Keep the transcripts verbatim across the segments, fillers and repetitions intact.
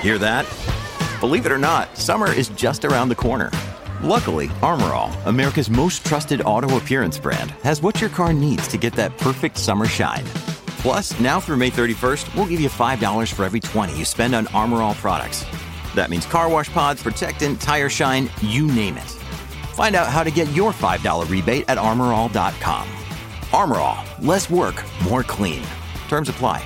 Hear that? Believe it or not, summer is just around the corner. Luckily, Armor All, America's most trusted auto appearance brand, has what your car needs to get that perfect summer shine. Plus, now through May thirty-first, we'll give you five dollars for every twenty you spend on Armor All products. That means car wash pods, protectant, tire shine, you name it. Find out how to get your five dollars rebate at armor all dot com. Armor All, less work, more clean. Terms apply.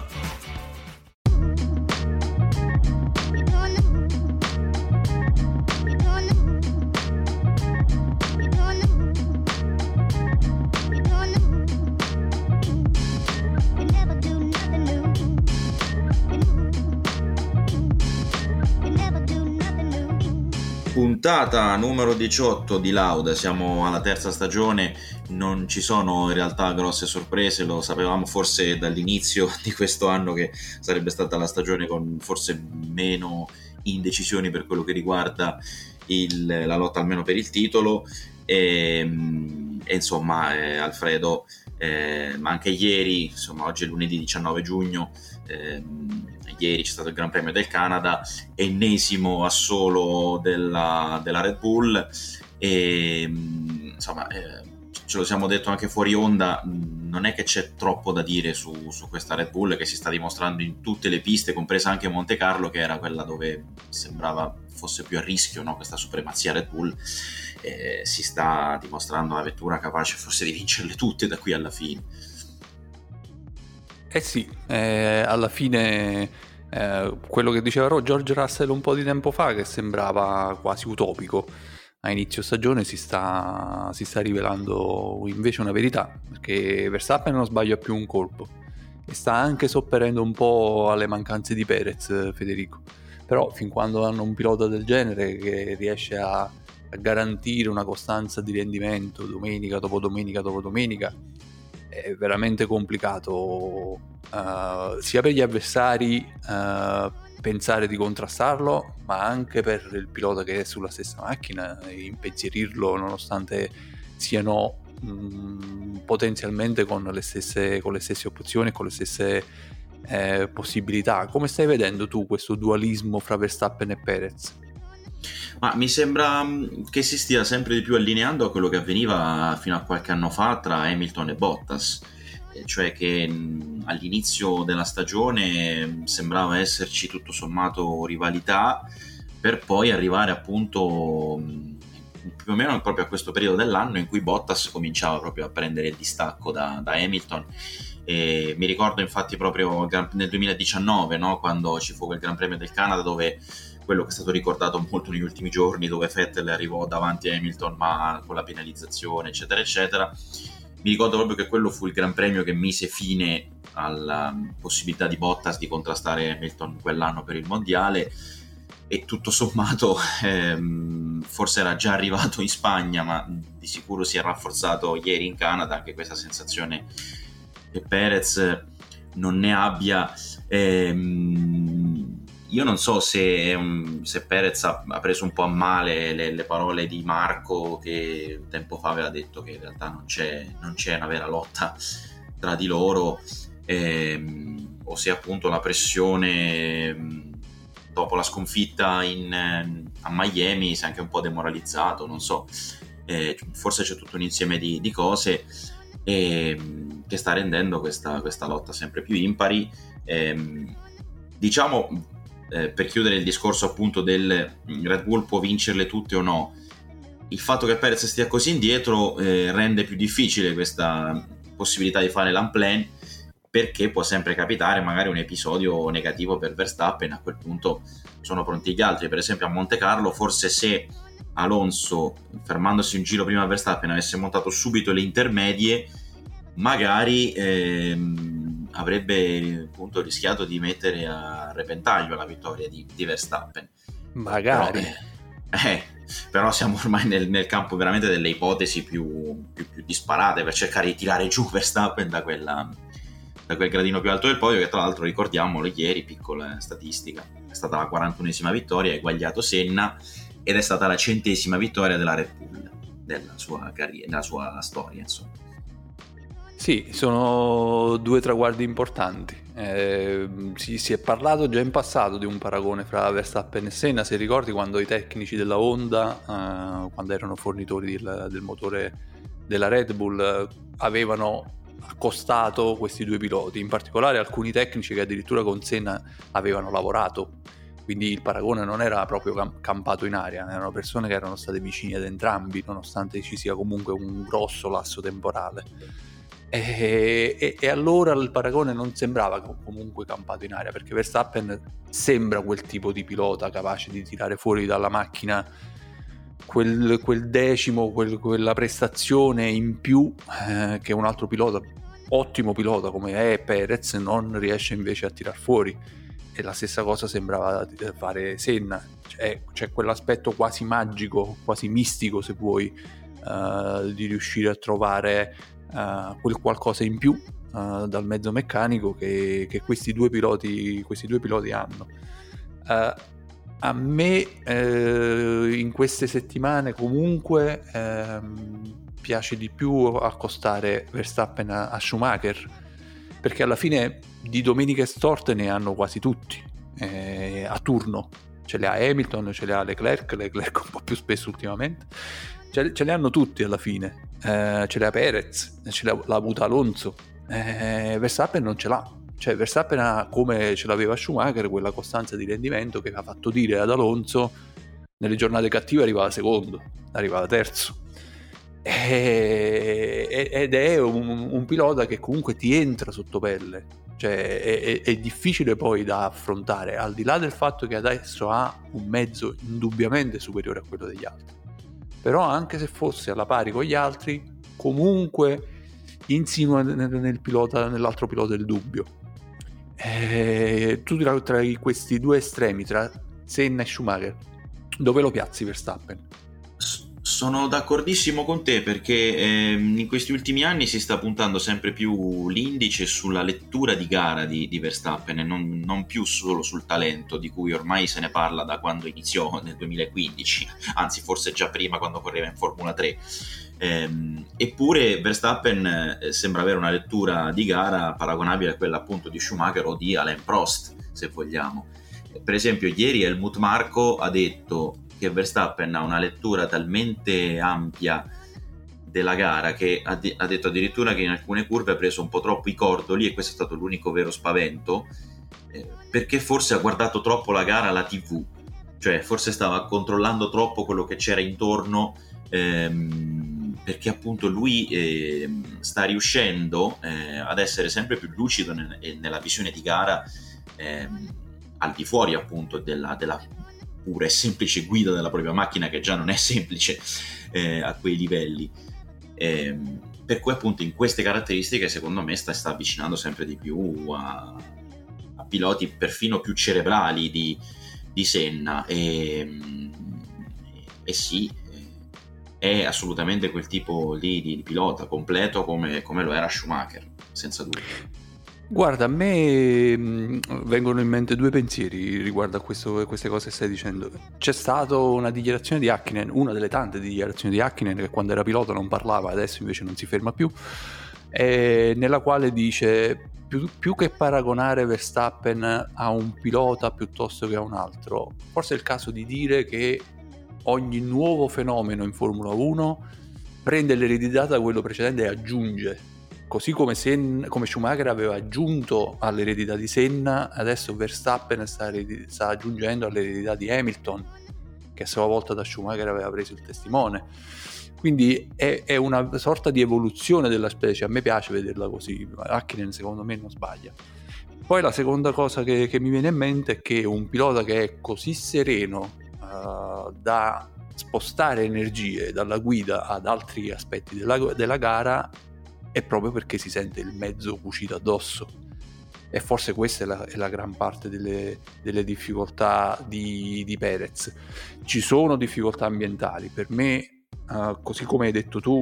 Puntata numero diciotto di Lauda, siamo alla terza stagione, non ci sono in realtà grosse sorprese, lo sapevamo forse dall'inizio di questo anno che sarebbe stata la stagione con forse meno indecisioni per quello che riguarda il, la lotta almeno per il titolo e, e insomma eh, Alfredo, eh, ma anche ieri, insomma oggi è lunedì diciannove giugno, eh, ieri c'è stato il Gran Premio del Canada, ennesimo assolo della, della Red Bull e insomma eh, ce lo siamo detto anche fuori onda, non è che c'è troppo da dire su, su questa Red Bull che si sta dimostrando in tutte le piste, compresa anche Monte Carlo che era quella dove sembrava fosse più a rischio, no? Questa supremazia Red Bull, eh, si sta dimostrando una vettura capace forse di vincerle tutte da qui alla fine. Eh sì, eh, alla fine eh, quello che diceva George Russell un po' di tempo fa, che sembrava quasi utopico a inizio stagione, si sta, si sta rivelando invece una verità, perché Verstappen non sbaglia più un colpo e sta anche sopperendo un po' alle mancanze di Perez, Federico. Però fin quando hanno un pilota del genere che riesce a, a garantire una costanza di rendimento domenica dopo domenica dopo domenica, è veramente complicato uh, sia per gli avversari uh, pensare di contrastarlo, ma anche per il pilota che è sulla stessa macchina, impensierirlo nonostante siano mh, potenzialmente con le stesse con le stesse opzioni, con le stesse eh, possibilità. Come stai vedendo tu questo dualismo fra Verstappen e Perez? Ma mi sembra che si stia sempre di più allineando a quello che avveniva fino a qualche anno fa tra Hamilton e Bottas, cioè che all'inizio della stagione sembrava esserci tutto sommato rivalità, per poi arrivare appunto più o meno proprio a questo periodo dell'anno in cui Bottas cominciava proprio a prendere il distacco da, da Hamilton. E mi ricordo infatti proprio nel duemiladiciannove, no? Quando ci fu quel Gran Premio del Canada, dove quello che è stato ricordato molto negli ultimi giorni, dove Vettel arrivò davanti a Hamilton ma con la penalizzazione eccetera eccetera. Mi ricordo proprio che quello fu il Gran Premio che mise fine alla possibilità di Bottas di contrastare Hamilton quell'anno per il mondiale, e tutto sommato ehm, forse era già arrivato in Spagna, ma di sicuro si è rafforzato ieri in Canada anche questa sensazione che Perez non ne abbia. ehm, Io non so se, um, se Perez ha, ha preso un po' a male le, le parole di Marco, che tempo fa aveva detto che in realtà non c'è, non c'è una vera lotta tra di loro, ehm, o se appunto la pressione mh, dopo la sconfitta in, a Miami si è anche un po' demoralizzato, non so, eh, forse c'è tutto un insieme di, di cose ehm, che sta rendendo questa, questa lotta sempre più impari. ehm, diciamo Eh, per chiudere il discorso appunto del Red Bull può vincerle tutte o no, il fatto che Perez stia così indietro eh, rende più difficile questa possibilità di fare l'unplan, perché può sempre capitare magari un episodio negativo per Verstappen. A quel punto sono pronti gli altri. Per esempio a Monte Carlo, forse se Alonso, fermandosi un giro prima Verstappen, avesse montato subito le intermedie, magari ehm, avrebbe appunto rischiato di mettere a repentaglio la vittoria di, di Verstappen. Magari. Però, eh, eh, però siamo ormai nel, nel campo veramente delle ipotesi più, più, più disparate per cercare di tirare giù Verstappen da, quella, da quel gradino più alto del podio, che tra l'altro, ricordiamolo, ieri, piccola statistica, è stata la quarantunesima vittoria, ha eguagliato Senna, ed è stata la centesima vittoria della Red Bull nella sua carriera, nella sua storia, insomma. Sì, sono due traguardi importanti. Eh, si, si è parlato già in passato di un paragone fra Verstappen e Senna, se ricordi, quando i tecnici della Honda, eh, quando erano fornitori del, del motore della Red Bull, eh, avevano accostato questi due piloti, in particolare alcuni tecnici che addirittura con Senna avevano lavorato, quindi il paragone non era proprio cam- campato in aria, erano persone che erano state vicine ad entrambi, nonostante ci sia comunque un grosso lasso temporale. E, e, e allora il paragone non sembrava comunque campato in aria, perché Verstappen sembra quel tipo di pilota capace di tirare fuori dalla macchina quel, quel decimo, quel, quella prestazione in più eh, che un altro pilota, ottimo pilota come è Perez, non riesce invece a tirar fuori. E la stessa cosa sembrava fare Senna, c'è, c'è quell'aspetto quasi magico, quasi mistico se vuoi, uh, di riuscire a trovare uh, quel qualcosa in più uh, dal mezzo meccanico che, che questi due piloti questi due piloti hanno. Uh, a me uh, in queste settimane comunque uh, piace di più accostare Verstappen a, a Schumacher, perché alla fine di domeniche storte ne hanno quasi tutti, eh, a turno. Ce le ha Hamilton, ce le ha Leclerc, Leclerc un po' più spesso ultimamente, ce, ce le hanno tutti alla fine, eh, ce le ha Perez, ce l'ha, l'ha avuta Alonso, eh, Verstappen non ce l'ha, cioè Verstappen ha, come ce l'aveva Schumacher, quella costanza di rendimento che ha fatto dire ad Alonso nelle giornate cattive arrivava secondo, arrivava terzo. Ed è un, un pilota che comunque ti entra sotto pelle, cioè è, è difficile poi da affrontare, al di là del fatto che adesso ha un mezzo indubbiamente superiore a quello degli altri, però anche se fosse alla pari con gli altri comunque insinua nel, nel pilota, nell'altro pilota il dubbio. E tu tra, tra questi due estremi, tra Senna e Schumacher, dove lo piazzi Verstappen? Sono d'accordissimo con te, perché ehm, in questi ultimi anni si sta puntando sempre più l'indice sulla lettura di gara di, di Verstappen e non, non più solo sul talento, di cui ormai se ne parla da quando iniziò nel duemilaquindici, anzi forse già prima, quando correva in Formula tre. Ehm, eppure Verstappen eh, sembra avere una lettura di gara paragonabile a quella appunto di Schumacher o di Alain Prost, se vogliamo. Per esempio ieri Helmut Marko ha detto che Verstappen ha una lettura talmente ampia della gara che ha, de- ha detto addirittura che in alcune curve ha preso un po' troppo i cordoli, e questo è stato l'unico vero spavento, eh, perché forse ha guardato troppo la gara alla tivù, cioè forse stava controllando troppo quello che c'era intorno, ehm, perché appunto lui eh, sta riuscendo eh, ad essere sempre più lucido nel- nella visione di gara, ehm, al di fuori appunto della, della pura e semplice guida della propria macchina, che già non è semplice eh, a quei livelli, eh, per cui appunto in queste caratteristiche secondo me sta, sta avvicinando sempre di più a, a piloti perfino più cerebrali di, di Senna, e, e sì, è assolutamente quel tipo di, di pilota completo come, come lo era Schumacher, senza dubbio. Guarda, a me mh, vengono in mente due pensieri riguardo a questo, queste cose che stai dicendo. C'è stata una dichiarazione di Häkkinen, una delle tante dichiarazioni di Häkkinen, che quando era pilota non parlava, adesso invece non si ferma più, eh, nella quale dice più, più che paragonare Verstappen a un pilota piuttosto che a un altro, forse è il caso di dire che ogni nuovo fenomeno in Formula uno prende l'eredità da quello precedente e aggiunge. Così come, Sen- come Schumacher aveva aggiunto all'eredità di Senna, adesso Verstappen sta, eredit- sta aggiungendo all'eredità di Hamilton, che a sua volta da Schumacher aveva preso il testimone. Quindi è, è una sorta di evoluzione della specie, a me piace vederla così, Häkkinen secondo me non sbaglia. Poi la seconda cosa che, che mi viene in mente è che un pilota che è così sereno uh, da spostare energie dalla guida ad altri aspetti della, della gara è proprio perché si sente il mezzo cucito addosso, e forse questa è la, è la gran parte delle, delle difficoltà di, di Perez. Ci sono difficoltà ambientali per me, uh, così come hai detto tu,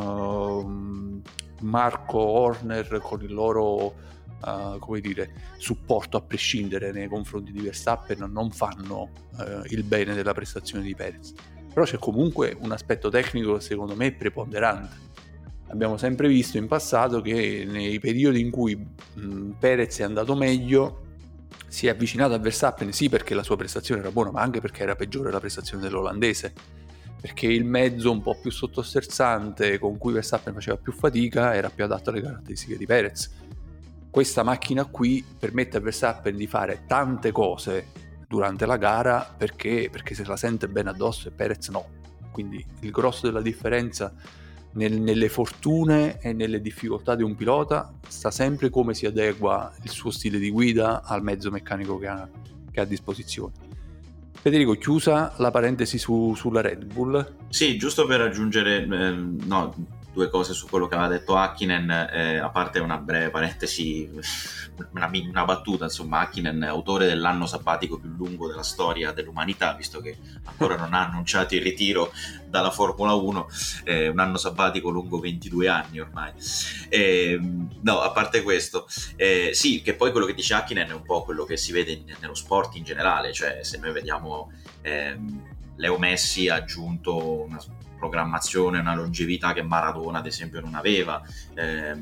uh, Marco, Horner con il loro uh, come dire, supporto a prescindere nei confronti di Verstappen non fanno uh, il bene della prestazione di Perez, però c'è comunque un aspetto tecnico che secondo me è preponderante. abbiamo sempre visto in passato che nei periodi in cui mh, Perez è andato meglio si è avvicinato a Verstappen, sì perché la sua prestazione era buona, ma anche perché era peggiore la prestazione dell'olandese, perché il mezzo un po' più sottosterzante con cui Verstappen faceva più fatica era più adatto alle caratteristiche di Perez. Questa macchina qui permette a Verstappen di fare tante cose durante la gara perché, perché se la sente bene addosso e Perez no. Quindi il grosso della differenza nel, nelle fortune e nelle difficoltà di un pilota sta sempre come si adegua il suo stile di guida al mezzo meccanico che ha, che ha a disposizione. Federico, chiusa la parentesi su, sulla Red Bull. Sì, giusto per aggiungere eh, no, due cose su quello che aveva detto Häkkinen, eh, a parte una breve parentesi, una, una battuta, insomma, Häkkinen è autore dell'anno sabbatico più lungo della storia dell'umanità, visto che ancora non ha annunciato il ritiro dalla Formula uno, eh, un anno sabbatico lungo ventidue anni ormai. Eh, no, a parte questo, eh, sì, che poi quello che dice Häkkinen è un po' quello che si vede in, nello sport in generale, cioè se noi vediamo eh, Leo Messi ha aggiunto una programmazione, una longevità che Maradona ad esempio non aveva, eh,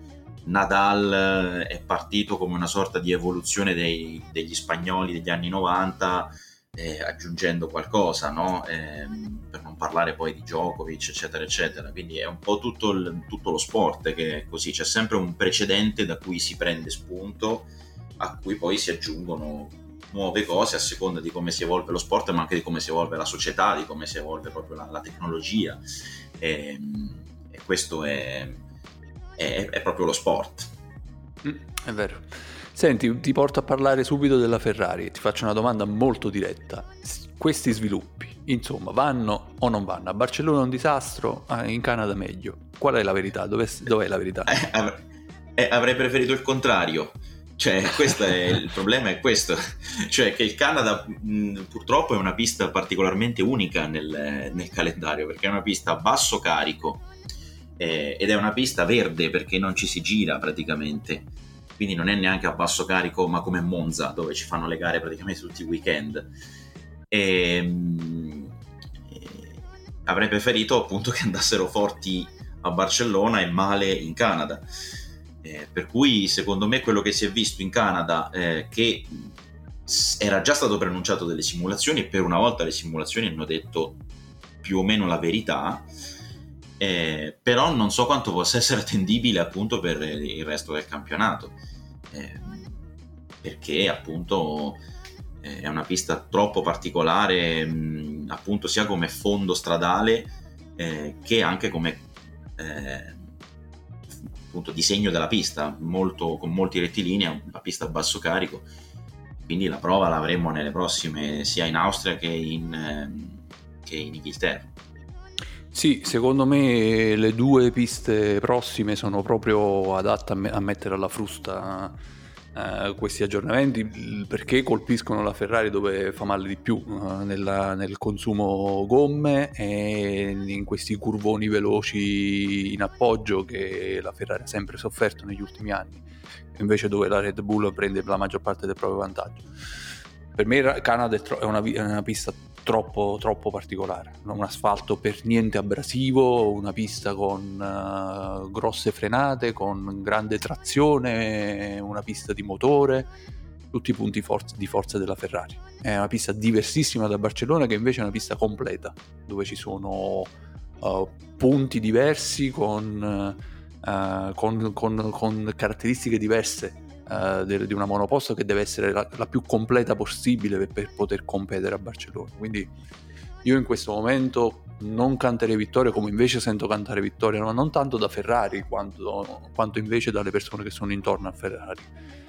Nadal è partito come una sorta di evoluzione dei, degli spagnoli degli anni novanta, eh, aggiungendo qualcosa, no? Eh, per non parlare poi di Djokovic eccetera eccetera, quindi è un po' tutto, il, tutto lo sport che è così, c'è sempre un precedente da cui si prende spunto, a cui poi si aggiungono nuove cose a seconda di come si evolve lo sport, ma anche di come si evolve la società, di come si evolve proprio la, la tecnologia, e, e questo è, è, è proprio lo sport. Mm, è vero. Senti, ti porto a parlare subito della Ferrari, ti faccio una domanda molto diretta. Questi sviluppi, insomma, vanno o non vanno? A Barcellona è un disastro, in Canada meglio. Qual è la verità? Dov'è, dov'è la verità? Eh, av- eh, avrei preferito il contrario. Cioè, questo è il problema, è questo, cioè che il Canada mh, purtroppo è una pista particolarmente unica nel, nel calendario, perché è una pista a basso carico eh, ed è una pista verde perché non ci si gira praticamente, quindi non è neanche a basso carico, ma come Monza dove ci fanno le gare praticamente tutti i weekend. E, mh, e avrei preferito appunto che andassero forti a Barcellona e male in Canada. Eh, per cui secondo me quello che si è visto in Canada, eh, che era già stato preannunciato delle simulazioni, e per una volta le simulazioni hanno detto più o meno la verità, eh, però non so quanto possa essere attendibile appunto per il resto del campionato, eh, perché appunto eh, è una pista troppo particolare, mh, appunto sia come fondo stradale eh, che anche come eh, appunto disegno della pista, molto, con molti rettilinei, una pista a basso carico, quindi la prova l'avremo nelle prossime sia in Austria che in, ehm, che in Inghilterra. Sì, secondo me le due piste prossime sono proprio adatte a, me- a mettere alla frusta uh, questi aggiornamenti, perché colpiscono la Ferrari dove fa male di più, uh, nella, nel consumo gomme e in questi curvoni veloci in appoggio che la Ferrari ha sempre sofferto negli ultimi anni, invece dove la Red Bull prende la maggior parte del proprio vantaggio. Per me Canada è, tro- è, una, è una pista troppo, troppo particolare, un asfalto per niente abrasivo, una pista con uh, grosse frenate, con grande trazione, una pista di motore, tutti i punti forza, di forza della Ferrari. È una pista diversissima da Barcellona, che invece è una pista completa, dove ci sono uh, punti diversi con, uh, con, con, con caratteristiche diverse Uh, di una monoposto che deve essere la, la più completa possibile per, per poter competere a Barcellona. Quindi io in questo momento non canterei vittoria, come invece sento cantare vittoria, ma non tanto da Ferrari quanto, quanto invece dalle persone che sono intorno a Ferrari.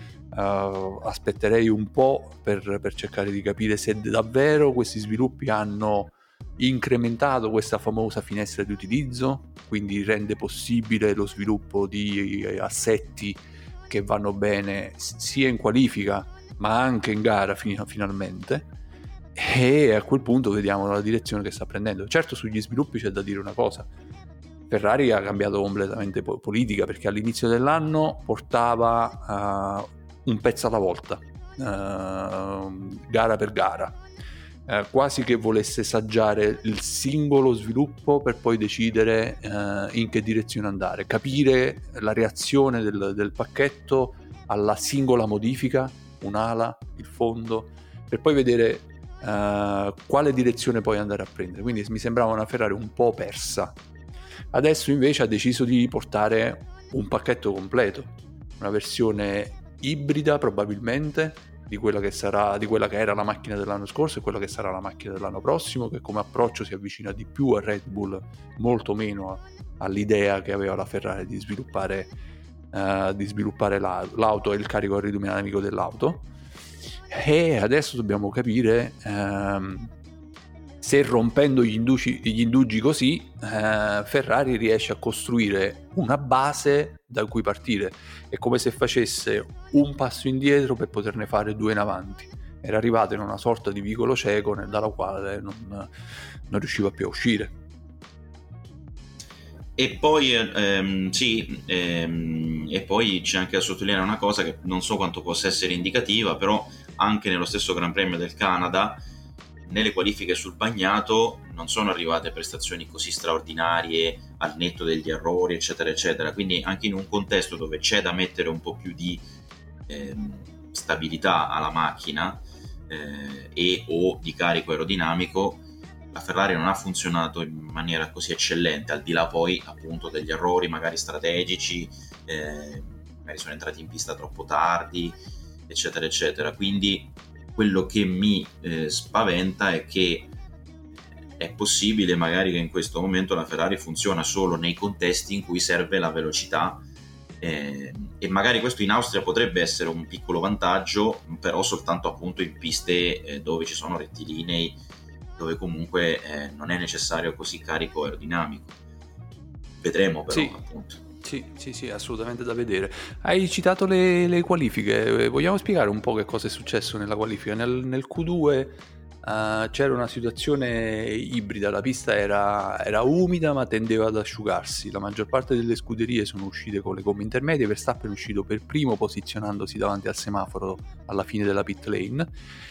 Uh, aspetterei un po' per, per cercare di capire se davvero questi sviluppi hanno incrementato questa famosa finestra di utilizzo, quindi rende possibile lo sviluppo di assetti che vanno bene sia in qualifica ma anche in gara fin- finalmente, e a quel punto vediamo la direzione che sta prendendo. Certo, sugli sviluppi c'è da dire una cosa: Ferrari ha cambiato completamente po- politica, perché all'inizio dell'anno portava uh, un pezzo alla volta, uh, gara per gara, eh, quasi che volesse saggiare il singolo sviluppo per poi decidere eh, in che direzione andare, capire la reazione del, del pacchetto alla singola modifica, un'ala, il fondo, per poi vedere uh, quale direzione poi andare a prendere. Quindi mi sembrava una Ferrari un po' persa. Adesso invece ha deciso di portare un pacchetto completo, una versione ibrida probabilmente di quella che sarà, di quella che era la macchina dell'anno scorso e quella che sarà la macchina dell'anno prossimo, che come approccio si avvicina di più a Red Bull, molto meno all'idea che aveva la Ferrari di sviluppare Uh, di sviluppare la, l'auto e il carico aerodinamico dell'auto. E adesso dobbiamo capire um, se rompendo gli indugi, gli indugi così uh, Ferrari riesce a costruire una base da cui partire. È come se facesse un passo indietro per poterne fare due in avanti. Era arrivato in una sorta di vicolo cieco dalla quale non, non riusciva più a uscire. E poi ehm, sì, ehm, e poi c'è anche da sottolineare una cosa che non so quanto possa essere indicativa, però anche nello stesso Gran Premio del Canada, nelle qualifiche sul bagnato non sono arrivate prestazioni così straordinarie al netto degli errori, eccetera, eccetera. Quindi anche in un contesto dove c'è da mettere un po' più di ehm, stabilità alla macchina eh, e o di carico aerodinamico, la Ferrari non ha funzionato in maniera così eccellente, al di là poi appunto degli errori magari strategici, eh, magari sono entrati in pista troppo tardi, eccetera eccetera. Quindi quello che mi eh, spaventa è che è possibile magari che in questo momento la Ferrari funziona solo nei contesti in cui serve la velocità, eh, e magari questo in Austria potrebbe essere un piccolo vantaggio, però soltanto appunto in piste eh, dove ci sono rettilinei, dove comunque eh, non è necessario così carico aerodinamico. Vedremo però, sì, appunto. Sì, sì, sì, assolutamente da vedere. Hai citato le, le qualifiche, vogliamo spiegare un po' che cosa è successo nella qualifica? Nel, nel Q due uh, c'era una situazione ibrida, la pista era, era umida ma tendeva ad asciugarsi, la maggior parte delle scuderie sono uscite con le gomme intermedie, Verstappen è uscito per primo posizionandosi davanti al semaforo alla fine della pit lane,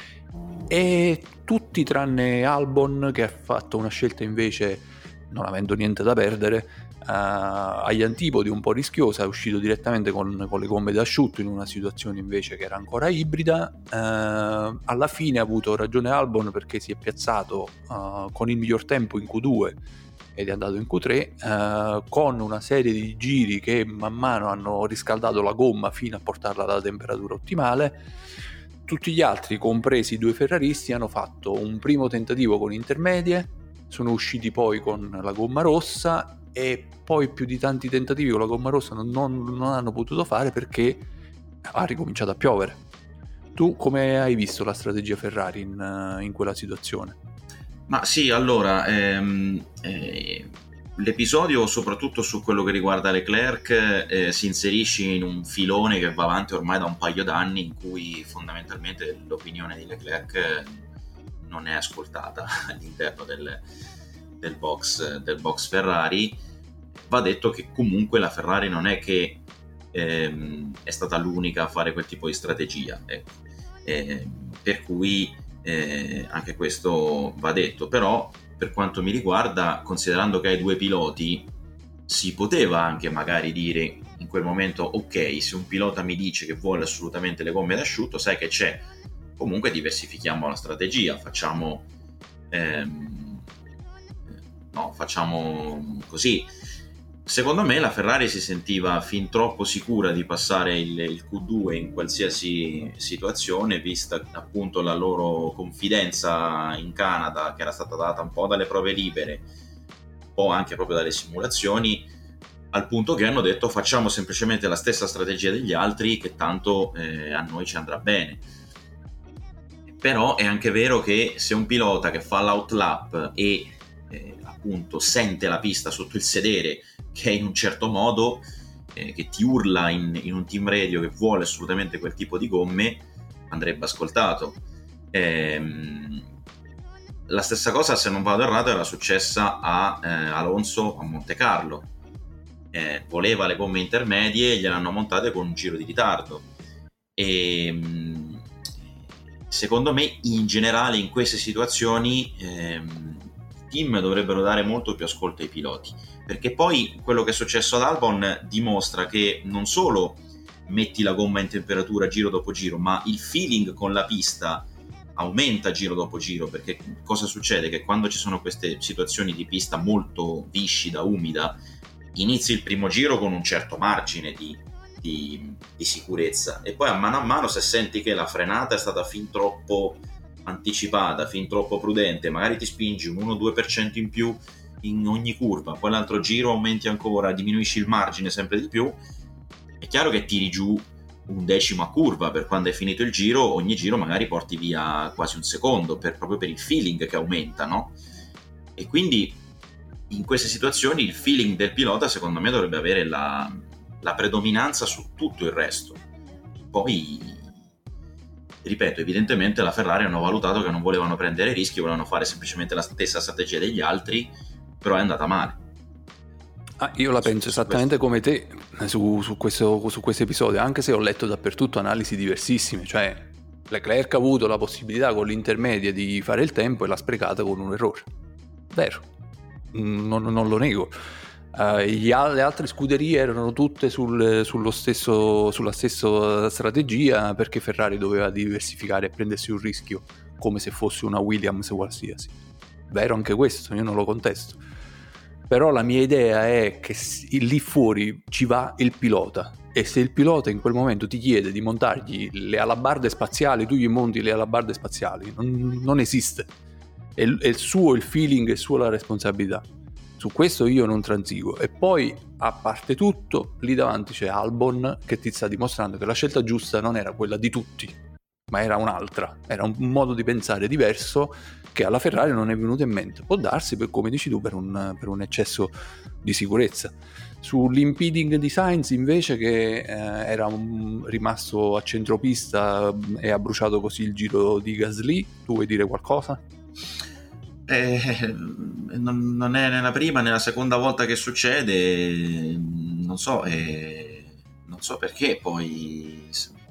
e tutti tranne Albon, che ha fatto una scelta invece non avendo niente da perdere, uh, agli antipodi, un po' rischiosa, è uscito direttamente con, con le gomme d'asciutto in una situazione invece che era ancora ibrida. Uh, alla fine ha avuto ragione Albon perché si è piazzato uh, con il miglior tempo in Q due ed è andato in Q tre uh, con una serie di giri che man mano hanno riscaldato la gomma fino a portarla alla temperatura ottimale. Tutti gli altri, compresi i due ferraristi, hanno fatto un primo tentativo con intermedie, sono usciti poi con la gomma rossa e poi più di tanti tentativi con la gomma rossa non, non, non hanno potuto fare perché ha ricominciato a piovere. Tu come hai visto la strategia Ferrari in, in quella situazione? Ma sì, allora, ehm, eh, l'episodio, soprattutto su quello che riguarda Leclerc, eh, si inserisce in un filone che va avanti ormai da un paio d'anni, in cui fondamentalmente l'opinione di Leclerc non è ascoltata all'interno del, del, box, del box Ferrari. Va detto che comunque la Ferrari non è che ehm, è stata l'unica a fare quel tipo di strategia, ecco. eh, per cui eh, anche questo va detto. Però per quanto mi riguarda, considerando che hai due piloti, si poteva anche magari dire in quel momento: ok, se un pilota mi dice che vuole assolutamente le gomme d'asciutto, sai che c'è, comunque diversifichiamo la strategia, facciamo ehm, no, facciamo così. Secondo me la Ferrari si sentiva fin troppo sicura di passare il, il Q due in qualsiasi situazione, vista appunto la loro confidenza in Canada, che era stata data un po' dalle prove libere, un po' anche proprio dalle simulazioni, al punto che hanno detto: facciamo semplicemente la stessa strategia degli altri, che tanto eh, a noi ci andrà bene. Però è anche vero che se un pilota che fa l'outlap e eh, appunto sente la pista sotto il sedere che è in un certo modo, eh, che ti urla in, in un team radio che vuole assolutamente quel tipo di gomme, andrebbe ascoltato. Ehm, la stessa cosa, se non vado errato, era successa a eh, Alonso a Monte Carlo. Eh, voleva le gomme intermedie e gliel'hanno montate con un giro di ritardo, e, secondo me in generale in queste situazioni ehm, i team dovrebbero dare molto più ascolto ai piloti, perché poi quello che è successo ad Albon dimostra che non solo metti la gomma in temperatura giro dopo giro, ma il feeling con la pista aumenta giro dopo giro, perché cosa succede? Che quando ci sono queste situazioni di pista molto viscida, umida, inizi il primo giro con un certo margine di, di, di sicurezza, e poi a mano a mano, se senti che la frenata è stata fin troppo anticipata, fin troppo prudente, magari ti spingi un uno due per cento in più in ogni curva, poi l'altro giro aumenti ancora, diminuisci il margine sempre di più, è chiaro che tiri giù un decimo a curva. Per quando è finito il giro, ogni giro magari porti via quasi un secondo, per, proprio per il feeling che aumenta, no? E quindi in queste situazioni il feeling del pilota secondo me dovrebbe avere la, la predominanza su tutto il resto. Poi, ripeto, evidentemente la Ferrari hanno valutato che non volevano prendere rischi, volevano fare semplicemente la stessa strategia degli altri, però è andata male. Ah, io la penso esattamente come te su, su, questo, su questo episodio, anche se ho letto dappertutto analisi diversissime, cioè Leclerc ha avuto la possibilità con l'intermedia di fare il tempo e l'ha sprecata con un errore. Vero, non, non lo nego. Uh, gli, le altre scuderie erano tutte sul, sullo stesso, sulla stessa strategia, perché Ferrari doveva diversificare e prendersi un rischio come se fosse una Williams qualsiasi. Vero anche questo, io non lo contesto. Però la mia idea è che lì fuori ci va il pilota, e se il pilota in quel momento ti chiede di montargli le alabarde spaziali, tu gli monti le alabarde spaziali, non, non esiste. È, è il suo il feeling, è sua la responsabilità. Su questo io non transigo. E poi, a parte tutto, lì davanti c'è Albon che ti sta dimostrando che la scelta giusta non era quella di tutti, ma era un'altra, era un modo di pensare diverso che alla Ferrari non è venuto in mente. Può darsi, per, come dici tu, per un, per un eccesso di sicurezza. Sull'impeding di Sainz invece, che eh, era un, rimasto a centropista e ha bruciato così il giro di Gasly, tu vuoi dire qualcosa? Eh, non, non è né la prima né la seconda volta che succede, non so, eh, non so perché poi...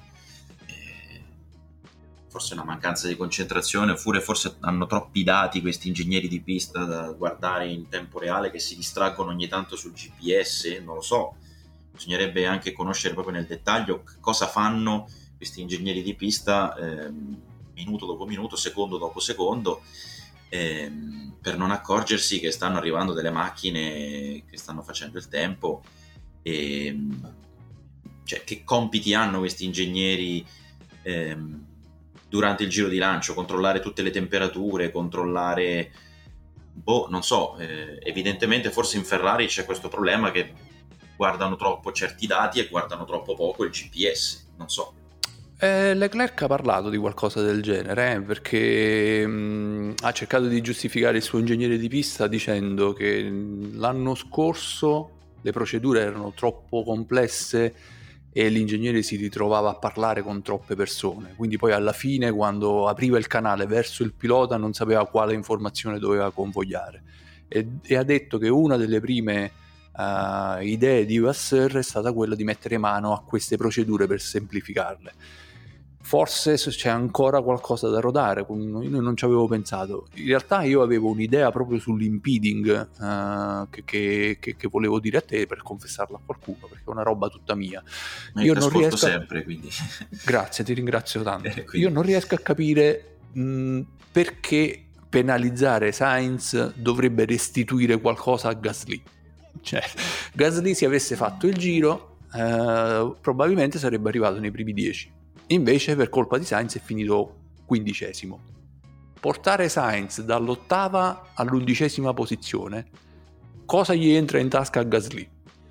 forse una mancanza di concentrazione, oppure forse hanno troppi dati questi ingegneri di pista da guardare in tempo reale, che si distraggono ogni tanto sul G P S, non lo so. Bisognerebbe anche conoscere proprio nel dettaglio cosa fanno questi ingegneri di pista ehm, minuto dopo minuto, secondo dopo secondo, ehm, per non accorgersi che stanno arrivando delle macchine che stanno facendo il tempo, e, cioè, che compiti hanno questi ingegneri ehm, durante il giro di lancio, controllare tutte le temperature, controllare, boh, non so, eh, evidentemente forse in Ferrari c'è questo problema che guardano troppo certi dati e guardano troppo poco il G P S, non so. Eh, Leclerc ha parlato di qualcosa del genere, eh, perché mh, ha cercato di giustificare il suo ingegnere di pista dicendo che l'anno scorso le procedure erano troppo complesse e l'ingegnere si ritrovava a parlare con troppe persone, quindi poi alla fine, quando apriva il canale verso il pilota, non sapeva quale informazione doveva convogliare, e, e ha detto che una delle prime uh, idee di Vasseur è stata quella di mettere mano a queste procedure per semplificarle. Forse c'è ancora qualcosa da rodare, io non ci avevo pensato. In realtà io avevo un'idea proprio sull'impeding uh, che, che, che, che volevo dire a te, per confessarla a qualcuno, perché è una roba tutta mia. Ma io ti non riesco sempre, quindi. Grazie, ti ringrazio tanto. Eh, io non riesco a capire mh, perché penalizzare Sainz dovrebbe restituire qualcosa a Gasly. Cioè, Gasly, se avesse fatto il giro, uh, probabilmente sarebbe arrivato nei primi dieci. Invece, per colpa di Sainz, è finito quindicesimo. Portare Sainz dall'ottava all'undicesima posizione, cosa gli entra in tasca a Gasly?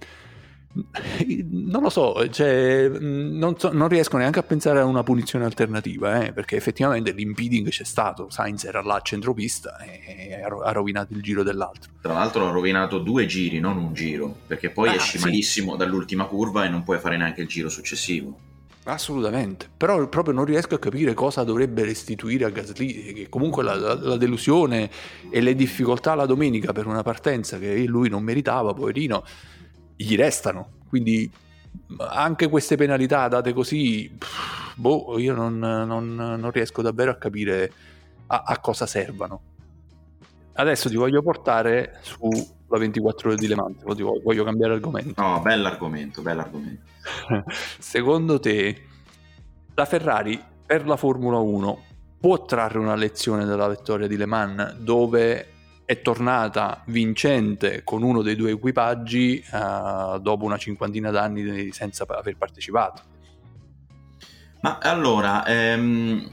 Non lo so, cioè, non, so, non riesco neanche a pensare a una punizione alternativa, eh, perché effettivamente l'impeding c'è stato, Sainz era là a centropista e ha rovinato il giro dell'altro. Tra l'altro ha rovinato due giri, non un giro, perché poi ah, esci sì. malissimo dall'ultima curva e non puoi fare neanche il giro successivo. Assolutamente, però proprio non riesco a capire cosa dovrebbe restituire a Gasly, che comunque la, la, la delusione e le difficoltà la domenica per una partenza che lui non meritava, poverino, gli restano, quindi anche queste penalità date così, pff, boh, io non, non, non riesco davvero a capire a, a cosa servano. Adesso ti voglio portare sulla ventiquattro ore di Le Mans, voglio, voglio cambiare argomento. No, bell'argomento, bell'argomento. Secondo te la Ferrari per la Formula uno può trarre una lezione dalla vittoria di Le Mans, dove è tornata vincente con uno dei due equipaggi uh, dopo una cinquantina d'anni senza aver partecipato? Ma allora, ehm,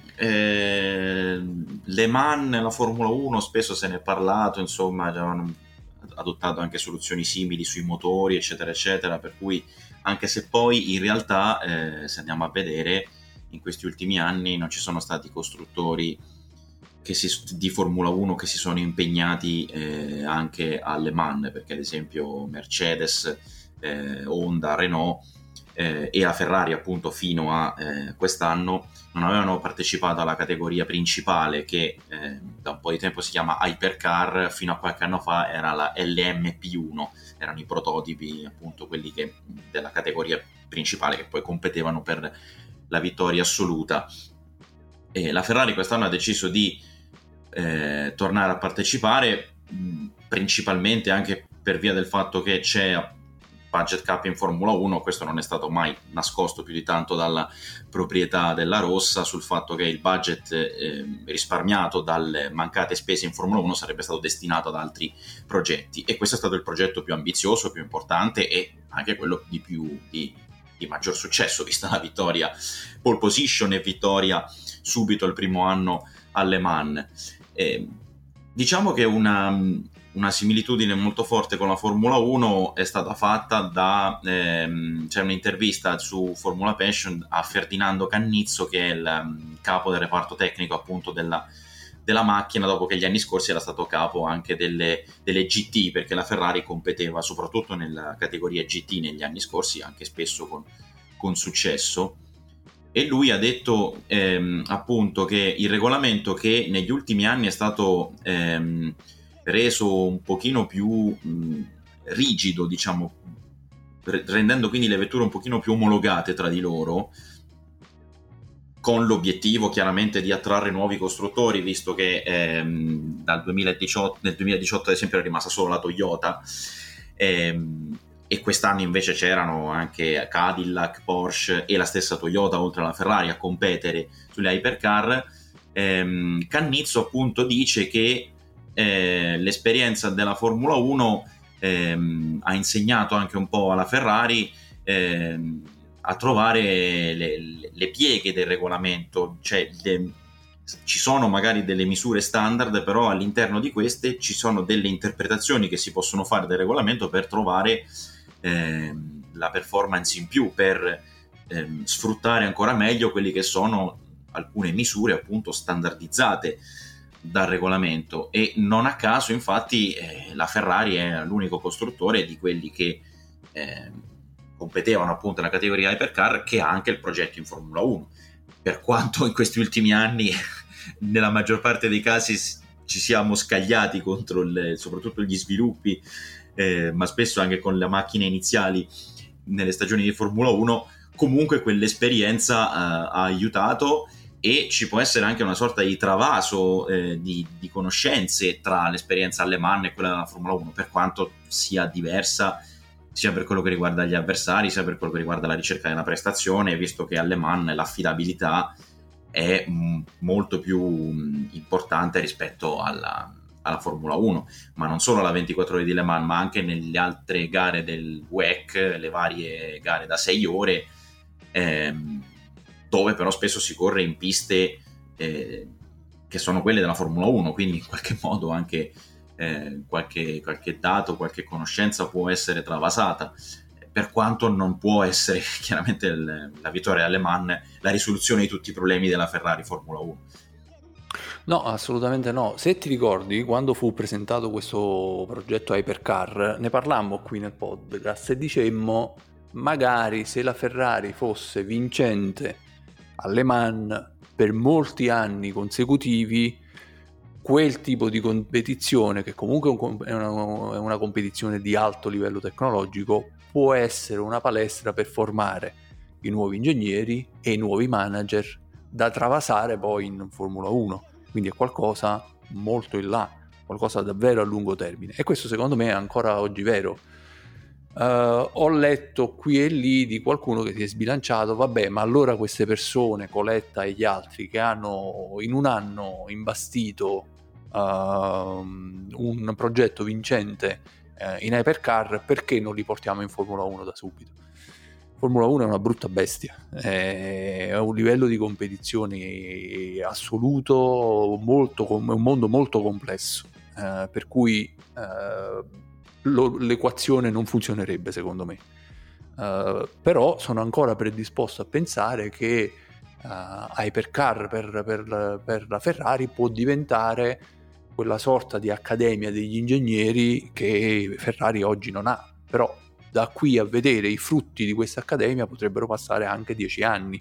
eh, Le Mans nella Formula uno spesso se ne è parlato, insomma, avevano adottato anche soluzioni simili sui motori, eccetera, eccetera, per cui anche se poi in realtà, eh, se andiamo a vedere, in questi ultimi anni non ci sono stati costruttori che si, di Formula uno che si sono impegnati eh, anche a Le Mans, perché ad esempio Mercedes, eh, Honda, Renault eh, e la Ferrari appunto fino a eh, quest'anno non avevano partecipato alla categoria principale che eh, da un po' di tempo si chiama Hypercar, fino a qualche anno fa era la L M P uno, erano i prototipi appunto quelli che, della categoria principale che poi competevano per la vittoria assoluta. E la Ferrari quest'anno ha deciso di eh, tornare a partecipare, mh, principalmente anche per via del fatto che c'è budget cap in Formula uno. Questo non è stato mai nascosto più di tanto dalla proprietà della Rossa, sul fatto che il budget eh, risparmiato dalle mancate spese in Formula uno sarebbe stato destinato ad altri progetti, e questo è stato il progetto più ambizioso, più importante e anche quello di più di, di maggior successo, vista la vittoria pole position e vittoria subito il primo anno a Le Mans. Eh, diciamo che una, una similitudine molto forte con la Formula uno è stata fatta da ehm, c'è un'intervista su Formula Passion a Ferdinando Cannizzo, che è il um, capo del reparto tecnico appunto della, della macchina, dopo che gli anni scorsi era stato capo anche delle, delle G T, perché la Ferrari competeva soprattutto nella categoria G T negli anni scorsi, anche spesso con, con successo. E lui ha detto ehm, appunto che il regolamento, che negli ultimi anni è stato ehm, reso un pochino più mh, rigido, diciamo, re- rendendo quindi le vetture un pochino più omologate tra di loro, con l'obiettivo chiaramente di attrarre nuovi costruttori, visto che ehm, dal duemiladiciotto, nel duemiladiciotto ad esempio era rimasta solo la Toyota, ehm, e quest'anno invece c'erano anche Cadillac, Porsche e la stessa Toyota, oltre alla Ferrari, a competere sulle hypercar. ehm, Cannizzo appunto dice che eh, l'esperienza della Formula uno ehm, ha insegnato anche un po' alla Ferrari ehm, a trovare le, le pieghe del regolamento, cioè le, ci sono magari delle misure standard, però all'interno di queste ci sono delle interpretazioni che si possono fare del regolamento per trovare ehm, la performance in più, per ehm, sfruttare ancora meglio quelli che sono alcune misure appunto standardizzate dal regolamento. E non a caso infatti eh, la Ferrari è l'unico costruttore di quelli che eh, competevano appunto nella categoria hypercar che ha anche il progetto in Formula uno, per quanto in questi ultimi anni nella maggior parte dei casi ci siamo scagliati contro il, soprattutto gli sviluppi, eh, ma spesso anche con le macchine iniziali nelle stagioni di Formula uno. Comunque quell'esperienza eh, ha aiutato, e ci può essere anche una sorta di travaso eh, di, di conoscenze tra l'esperienza alle Mans e quella della Formula uno, per quanto sia diversa sia per quello che riguarda gli avversari, sia per quello che riguarda la ricerca della prestazione, visto che alle Mans l'affidabilità è mh, molto più mh, importante rispetto alla, alla Formula uno, ma non solo alla ventiquattro ore di Le Mans, ma anche nelle altre gare del W E C, le varie gare da sei ore, ehm, dove però spesso si corre in piste eh, che sono quelle della Formula uno, quindi in qualche modo anche eh, qualche, qualche dato, qualche conoscenza può essere travasata, per quanto non può essere chiaramente il, la vittoria alle Mans la risoluzione di tutti i problemi della Ferrari Formula uno. No, assolutamente no. Se ti ricordi, quando fu presentato questo progetto Hypercar, ne parlammo qui nel podcast e dicemmo magari se la Ferrari fosse vincente alle Mans per molti anni consecutivi, quel tipo di competizione, che comunque è una, è una competizione di alto livello tecnologico, può essere una palestra per formare i nuovi ingegneri e i nuovi manager da travasare poi in Formula uno, quindi è qualcosa molto in là, qualcosa davvero a lungo termine, e questo secondo me è ancora oggi vero. Uh, ho letto qui e lì di qualcuno che si è sbilanciato, vabbè, ma allora queste persone, Coletta e gli altri, che hanno in un anno imbastito uh, un progetto vincente uh, in hypercar, perché non li portiamo in Formula uno da subito? Formula uno è una brutta bestia, è un livello di competizione assoluto, molto, è un mondo molto complesso, uh, per cui uh, Lo, l'equazione non funzionerebbe secondo me, uh, però sono ancora predisposto a pensare che uh, Hypercar per, per, per la Ferrari può diventare quella sorta di accademia degli ingegneri che Ferrari oggi non ha, però da qui a vedere i frutti di questa accademia potrebbero passare anche dieci anni,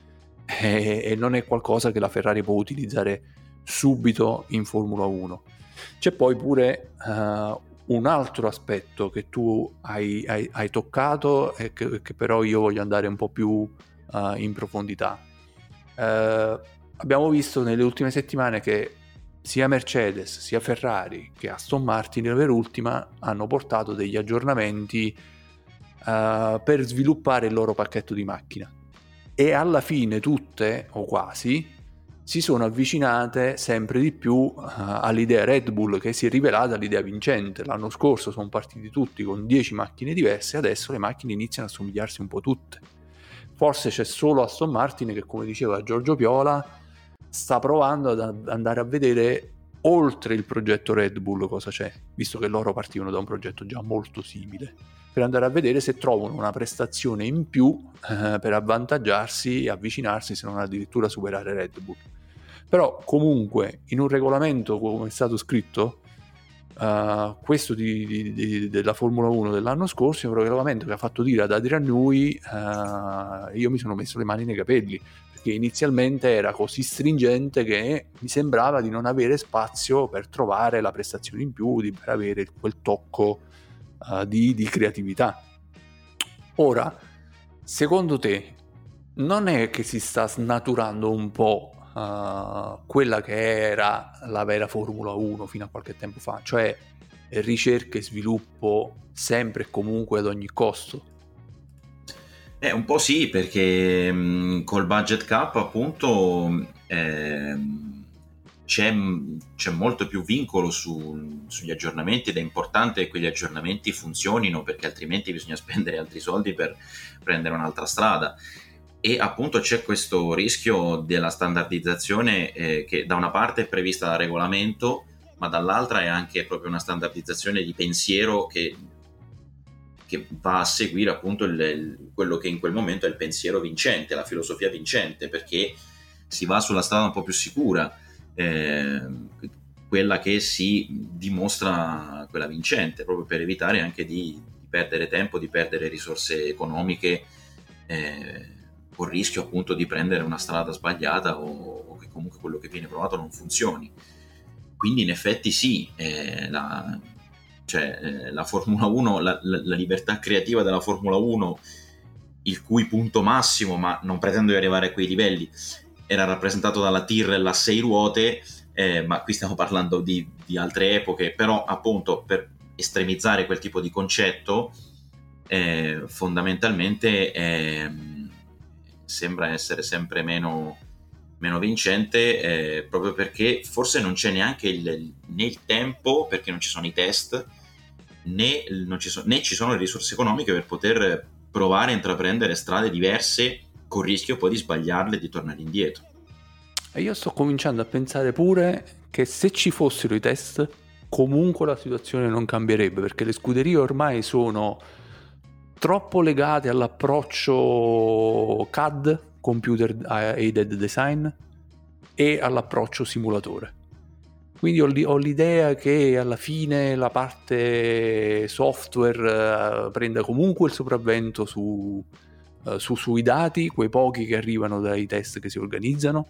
e, e non è qualcosa che la Ferrari può utilizzare subito in Formula uno. C'è poi pure uh, un altro aspetto che tu hai, hai, hai toccato e che, che però io voglio andare un po' più uh, in profondità. Uh, abbiamo visto nelle ultime settimane che sia Mercedes, sia Ferrari che Aston Martin per ultima hanno portato degli aggiornamenti uh, per sviluppare il loro pacchetto di macchina, e alla fine tutte, o quasi, si sono avvicinate sempre di più uh, all'idea Red Bull, che si è rivelata l'idea vincente. L'anno scorso sono partiti tutti con dieci macchine diverse, adesso le macchine iniziano a somigliarsi un po' tutte. Forse c'è solo Aston Martin che, come diceva Giorgio Piola, sta provando ad andare a vedere oltre il progetto Red Bull cosa c'è, visto che loro partivano da un progetto già molto simile, per andare a vedere se trovano una prestazione in più eh, per avvantaggiarsi e avvicinarsi, se non addirittura superare Red Bull. Però comunque in un regolamento come è stato scritto, uh, questo di, di, di, della Formula uno dell'anno scorso è un regolamento che ha fatto dire ad Adrian Newey, uh, io mi sono messo le mani nei capelli, perché inizialmente era così stringente che mi sembrava di non avere spazio per trovare la prestazione in più, di, per avere quel tocco uh, di, di creatività. Ora, secondo te non è che si sta snaturando un po' Uh, quella che era la vera Formula uno fino a qualche tempo fa, cioè ricerca e sviluppo sempre e comunque ad ogni costo? Eh, un po' sì, perché mh, col budget cap appunto eh, c'è, c'è molto più vincolo su, sugli aggiornamenti, ed è importante che quegli aggiornamenti funzionino, perché altrimenti bisogna spendere altri soldi per prendere un'altra strada. E appunto c'è questo rischio della standardizzazione eh, che da una parte è prevista dal regolamento, ma dall'altra è anche proprio una standardizzazione di pensiero che, che va a seguire appunto il, il, quello che in quel momento è il pensiero vincente, la filosofia vincente, perché si va sulla strada un po' più sicura, eh, quella che si dimostra quella vincente, proprio per evitare anche di, di perdere tempo, di perdere risorse economiche, eh, con il rischio appunto di prendere una strada sbagliata, o, o che comunque quello che viene provato non funzioni. Quindi in effetti sì, eh, la, cioè, eh, la Formula uno, la, la, la libertà creativa della Formula uno, il cui punto massimo, ma non pretendo di arrivare a quei livelli, era rappresentato dalla Tyrrell a sei ruote, eh, ma qui stiamo parlando di, di altre epoche, però appunto per estremizzare quel tipo di concetto eh, fondamentalmente eh, sembra essere sempre meno, meno vincente, eh, proprio perché forse non c'è neanche il, né il tempo, perché non ci sono i test, né, non ci so, né ci sono le risorse economiche per poter provare a intraprendere strade diverse, con il rischio poi di sbagliarle e di tornare indietro. E io sto cominciando a pensare pure che se ci fossero i test comunque la situazione non cambierebbe, perché le scuderie ormai sono troppo legate all'approccio C A D, Computer Aided Design, e all'approccio simulatore. Quindi ho, li, ho l'idea che alla fine la parte software uh, prenda comunque il sopravvento su, uh, su, sui dati, quei pochi che arrivano dai test che si organizzano,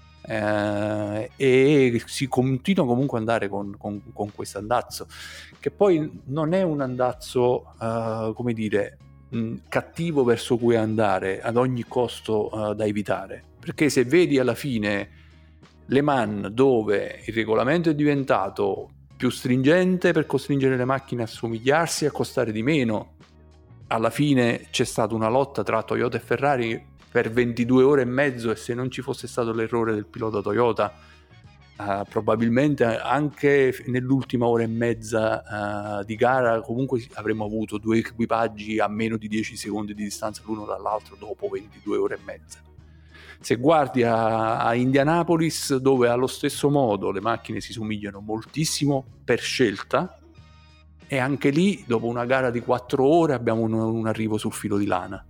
uh, e si continua comunque ad andare con, con, con questo andazzo, che poi non è un andazzo, uh, come dire, mh, cattivo verso cui andare ad ogni costo uh, da evitare, perché se vedi alla fine Le Mans, dove il regolamento è diventato più stringente per costringere le macchine a somigliarsi e a costare di meno, alla fine c'è stata una lotta tra Toyota e Ferrari per ventidue ore e mezzo, e se non ci fosse stato l'errore del pilota Toyota, uh, probabilmente anche nell'ultima ora e mezza uh, di gara comunque avremmo avuto due equipaggi a meno di dieci secondi di distanza l'uno dall'altro dopo ventidue ore e mezza. Se guardi a, a Indianapolis, dove allo stesso modo le macchine si somigliano moltissimo per scelta, e anche lì dopo una gara di quattro ore abbiamo un, un arrivo sul filo di lana.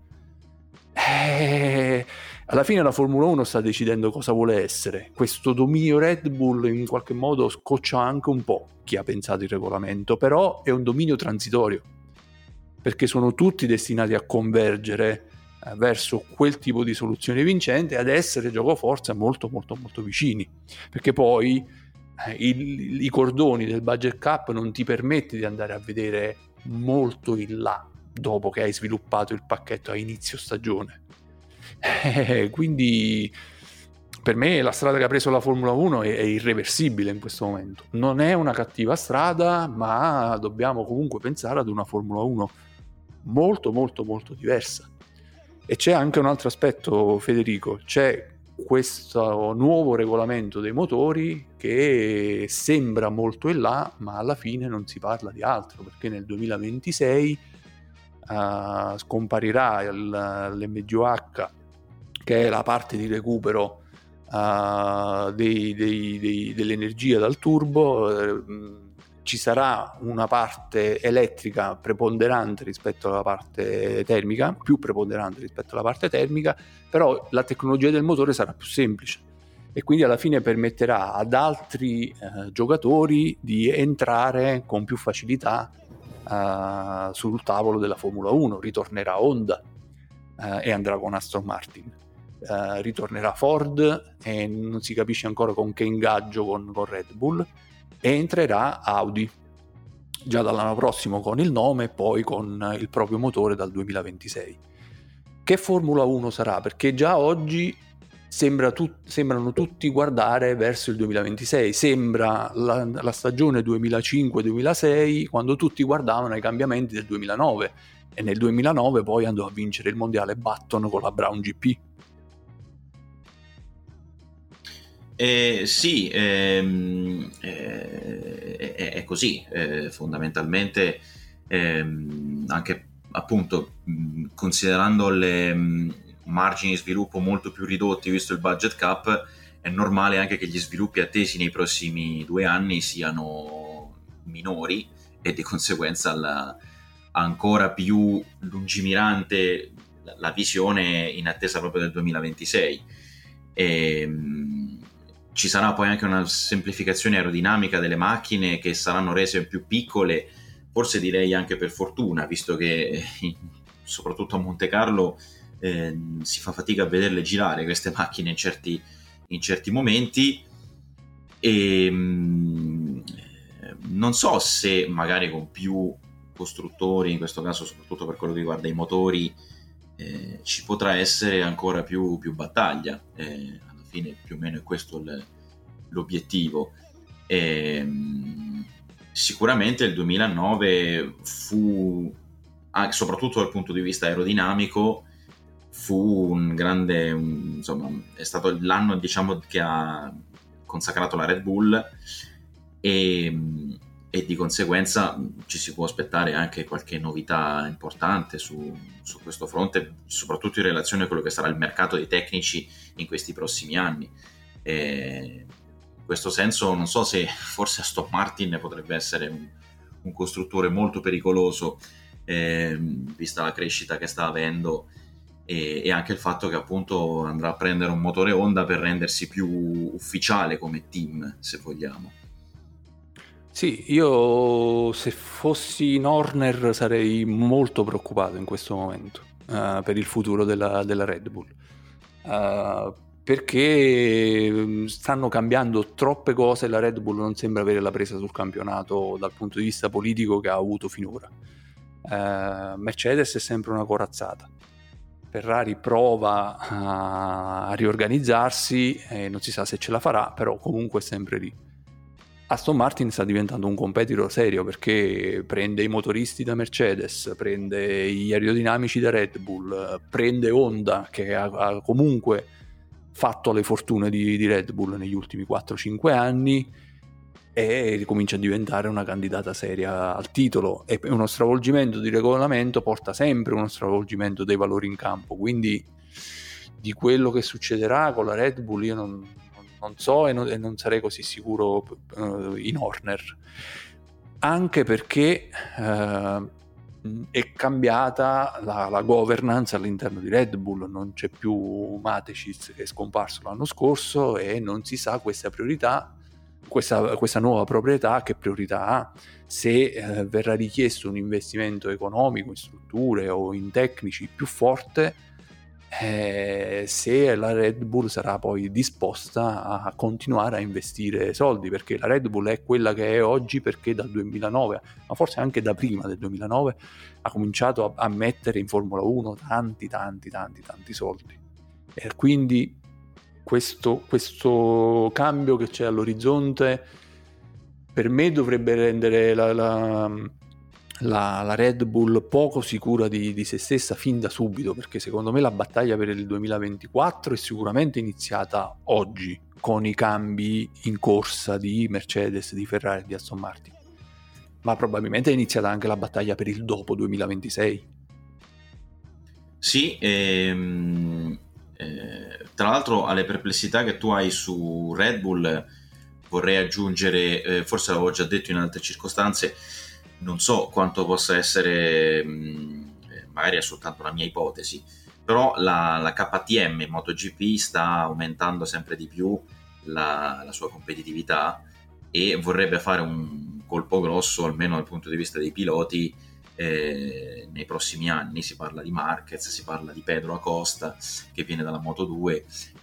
E alla fine la Formula uno sta decidendo cosa vuole essere. Questo dominio Red Bull in qualche modo scoccia anche un po' chi ha pensato il regolamento, però è un dominio transitorio, perché sono tutti destinati a convergere eh, verso quel tipo di soluzione vincente, ad essere giocoforza molto molto molto vicini, perché poi eh, i, i cordoni del budget cap non ti permette di andare a vedere molto in là dopo che hai sviluppato il pacchetto a inizio stagione. Eh, quindi per me la strada che ha preso la Formula uno è, è irreversibile in questo momento. Non è una cattiva strada, ma dobbiamo comunque pensare ad una Formula uno molto molto molto diversa. E c'è anche un altro aspetto, Federico, c'è questo nuovo regolamento dei motori che sembra molto in là, ma alla fine non si parla di altro, perché nel duemilaventisei uh, scomparirà il, l'M G H, che è la parte di recupero uh, dei, dei, dei, dell'energia dal turbo. Uh, ci sarà una parte elettrica preponderante rispetto alla parte termica, più preponderante rispetto alla parte termica, però la tecnologia del motore sarà più semplice e quindi alla fine permetterà ad altri uh, giocatori di entrare con più facilità uh, sul tavolo della Formula uno. Ritornerà Honda uh, e andrà con Aston Martin. Uh, ritornerà Ford e non si capisce ancora con che ingaggio con, con Red Bull, e entrerà Audi già dall'anno prossimo con il nome e poi con il proprio motore dal duemilaventisei. Che Formula uno sarà? Perché già oggi sembra tu, sembrano tutti guardare verso il duemilaventisei, sembra la, la stagione duemilacinque duemilasei, quando tutti guardavano ai cambiamenti del duemilanove, e nel duemilanove poi andò a vincere il mondiale Button con la Brown G P. Eh, sì, ehm, eh, è, è così, eh, fondamentalmente ehm, anche appunto mh, considerando le mh, margini di sviluppo molto più ridotti visto il budget cap, è normale anche che gli sviluppi attesi nei prossimi due anni siano minori e di conseguenza la, ancora più lungimirante la, la visione in attesa proprio del duemilaventisei. E, mh, ci sarà poi anche una semplificazione aerodinamica delle macchine che saranno rese più piccole, forse direi anche per fortuna, visto che soprattutto a Monte Carlo eh, si fa fatica a vederle girare queste macchine in certi, in certi momenti, e mh, non so se magari con più costruttori, in questo caso soprattutto per quello che riguarda i motori, eh, ci potrà essere ancora più, più battaglia. Eh, fine più o meno è questo il, l'obiettivo. E, mh, sicuramente il duemilanove fu, anche, soprattutto dal punto di vista aerodinamico, fu un grande, un, insomma, è stato l'anno, diciamo, che ha consacrato la Red Bull, e, e di conseguenza ci si può aspettare anche qualche novità importante su, su questo fronte, soprattutto in relazione a quello che sarà il mercato dei tecnici in questi prossimi anni. E in questo senso non so se forse Aston Martin potrebbe essere un, un costruttore molto pericoloso, eh, vista la crescita che sta avendo, e, e anche il fatto che appunto andrà a prendere un motore Honda per rendersi più ufficiale come team, se vogliamo. Sì, io se fossi in Horner sarei molto preoccupato in questo momento uh, per il futuro della, della Red Bull, uh, perché stanno cambiando troppe cose e la Red Bull non sembra avere la presa sul campionato dal punto di vista politico che ha avuto finora. eh, Mercedes è sempre una corazzata. Ferrari prova a, a riorganizzarsi e non si sa se ce la farà, però comunque è sempre lì. Aston Martin sta diventando un competitor serio perché prende i motoristi da Mercedes, prende gli aerodinamici da Red Bull, prende Honda che ha, ha comunque fatto le fortune di, di Red Bull negli ultimi quattro cinque anni e comincia a diventare una candidata seria al titolo, e uno stravolgimento di regolamento porta sempre uno stravolgimento dei valori in campo, quindi di quello che succederà con la Red Bull io non, non so e non, e non sarei così sicuro uh, in Horner, anche perché uh, è cambiata la, la governance all'interno di Red Bull, non c'è più Mateschitz che è scomparso l'anno scorso e non si sa questa priorità Questa, questa nuova proprietà che priorità ha, se eh, verrà richiesto un investimento economico in strutture o in tecnici più forte, eh, se la Red Bull sarà poi disposta a continuare a investire soldi, perché la Red Bull è quella che è oggi perché dal duemilanove, ma forse anche da prima del duemilanove, ha cominciato a, a mettere in Formula uno tanti tanti tanti tanti soldi, e quindi Questo, questo cambio che c'è all'orizzonte per me dovrebbe rendere la, la, la, la Red Bull poco sicura di, di se stessa fin da subito, perché secondo me la battaglia per il duemilaventiquattro è sicuramente iniziata oggi con i cambi in corsa di Mercedes, di Ferrari e di Aston Martin, ma probabilmente è iniziata anche la battaglia per il dopo duemilaventisei. Sì, ehm... Eh, tra l'altro alle perplessità che tu hai su Red Bull vorrei aggiungere, eh, forse l'avevo già detto in altre circostanze, non so quanto possa essere, mh, magari è soltanto una mia ipotesi, però la, la K T M MotoGP sta aumentando sempre di più la, la sua competitività e vorrebbe fare un colpo grosso, almeno dal punto di vista dei piloti, Eh, nei prossimi anni. Si parla di Marquez, si parla di Pedro Acosta che viene dalla Moto due,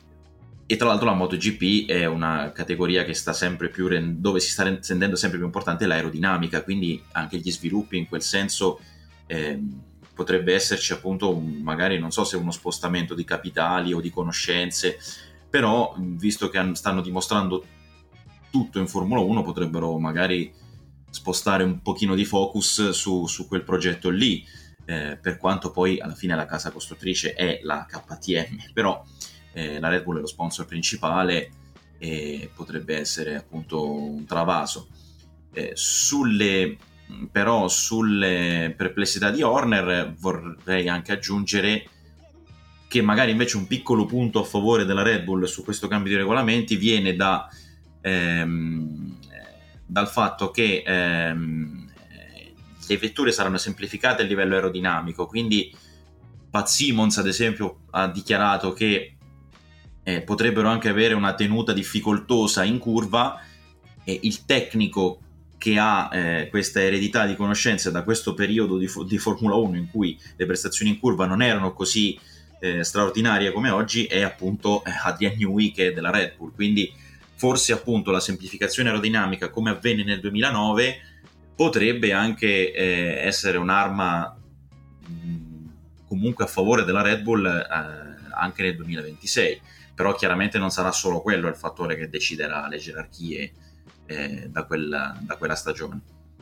e tra l'altro la MotoGP è una categoria che sta sempre più rend- dove si sta rendendo sempre più importante l'aerodinamica, quindi anche gli sviluppi in quel senso, eh, potrebbe esserci appunto un, magari non so se uno spostamento di capitali o di conoscenze, però visto che stanno dimostrando tutto in Formula uno potrebbero magari spostare un pochino di focus su, su quel progetto lì, eh, per quanto poi alla fine la casa costruttrice è la K T M, però eh, la Red Bull è lo sponsor principale e potrebbe essere appunto un travaso. Eh, sulle, però sulle perplessità di Horner vorrei anche aggiungere che magari invece un piccolo punto a favore della Red Bull su questo cambio di regolamenti viene da ehm, dal fatto che ehm, le vetture saranno semplificate a livello aerodinamico, quindi Pat Simmons ad esempio ha dichiarato che eh, potrebbero anche avere una tenuta difficoltosa in curva, e il tecnico che ha eh, questa eredità di conoscenze da questo periodo di, di Formula uno in cui le prestazioni in curva non erano così eh, straordinarie come oggi è appunto eh, Adrian Newey, che è della Red Bull, quindi forse appunto la semplificazione aerodinamica come avvenne nel duemilanove potrebbe anche eh, essere un'arma mh, comunque a favore della Red Bull eh, anche nel duemilaventisei, però chiaramente non sarà solo quello il fattore che deciderà le gerarchie eh, da, quella, da quella stagione.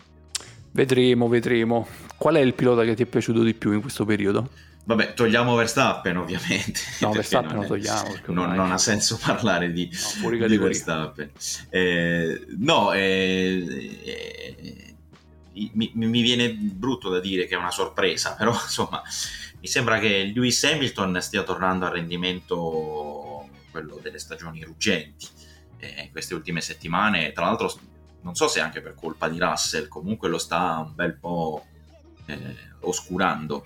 Vedremo, vedremo. Qual è il pilota che ti è piaciuto di più in questo periodo? Vabbè, togliamo Verstappen ovviamente. No, Verstappen non, lo togliamo. Non, non ha senso parlare di, no, fuori di Verstappen. Eh, no, eh, eh, mi, mi viene brutto da dire che è una sorpresa, però insomma mi sembra che Lewis Hamilton stia tornando al rendimento quello delle stagioni ruggenti eh, queste ultime settimane. Tra l'altro non so se anche per colpa di Russell, comunque lo sta un bel po' eh, oscurando,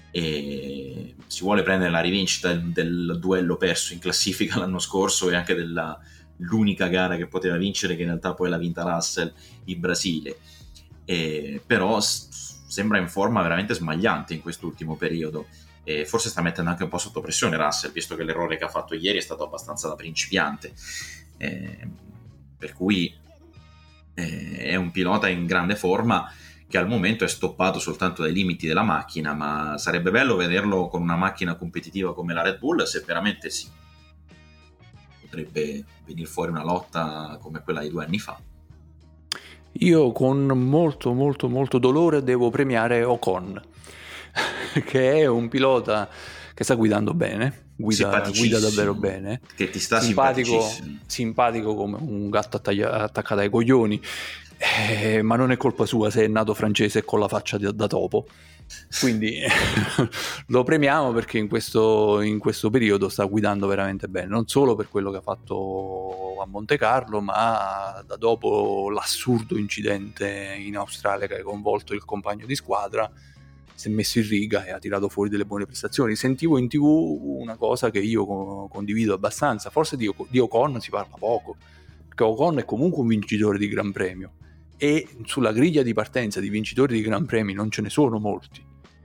e si vuole prendere la rivincita del, del duello perso in classifica l'anno scorso e anche dell'unica gara che poteva vincere, che in realtà poi l'ha vinta Russell in Brasile, e però s- sembra in forma veramente smagliante in quest'ultimo periodo, e forse sta mettendo anche un po' sotto pressione Russell, visto che l'errore che ha fatto ieri è stato abbastanza da principiante, eh, per cui eh, è un pilota in grande forma che al momento è stoppato soltanto dai limiti della macchina, ma sarebbe bello vederlo con una macchina competitiva come la Red Bull, se veramente sì. Potrebbe venire fuori una lotta come quella di due anni fa. Io con molto molto molto dolore devo premiare Ocon, che è un pilota che sta guidando bene, guida, guida davvero bene, che ti sta simpatico, simpatico come un gatto attaglia- attaccato ai coglioni, eh, ma non è colpa sua se è nato francese con la faccia da, da topo. Quindi lo premiamo perché in questo, in questo periodo sta guidando veramente bene, non solo per quello che ha fatto a Monte Carlo, ma da dopo l'assurdo incidente in Australia che ha coinvolto il compagno di squadra, si è messo in riga e ha tirato fuori delle buone prestazioni. Sentivo in tv una cosa che io condivido abbastanza, forse di, di Ocon si parla poco, perché Ocon è comunque un vincitore di Gran Premio e sulla griglia di partenza di vincitori di Gran Premi non ce ne sono molti,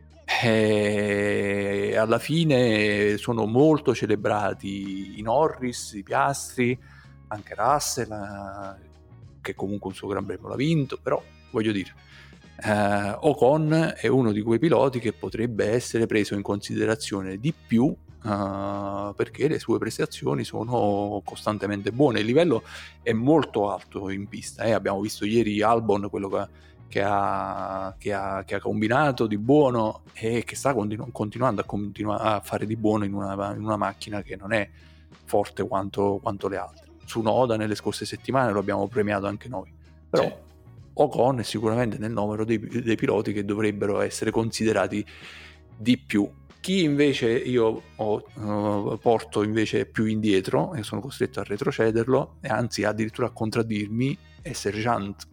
e alla fine sono molto celebrati i Norris, i Piastri, anche Russell, che comunque un suo Gran Premio l'ha vinto, però voglio dire, eh, Ocon è uno di quei piloti che potrebbe essere preso in considerazione di più, Uh, perché le sue prestazioni sono costantemente buone, il livello è molto alto in pista, eh? Abbiamo visto ieri Albon quello che, che, ha, che, ha, che ha combinato di buono e che sta continu- continuando a, continu- a fare di buono in una, in una macchina che non è forte quanto, quanto le altre. Tsunoda nelle scorse settimane lo abbiamo premiato anche noi, però sì. Ocon è sicuramente nel numero dei, dei piloti che dovrebbero essere considerati di più. Chi invece io ho, uh, porto invece più indietro e sono costretto a retrocederlo, e anzi addirittura a contraddirmi, è Sergeant,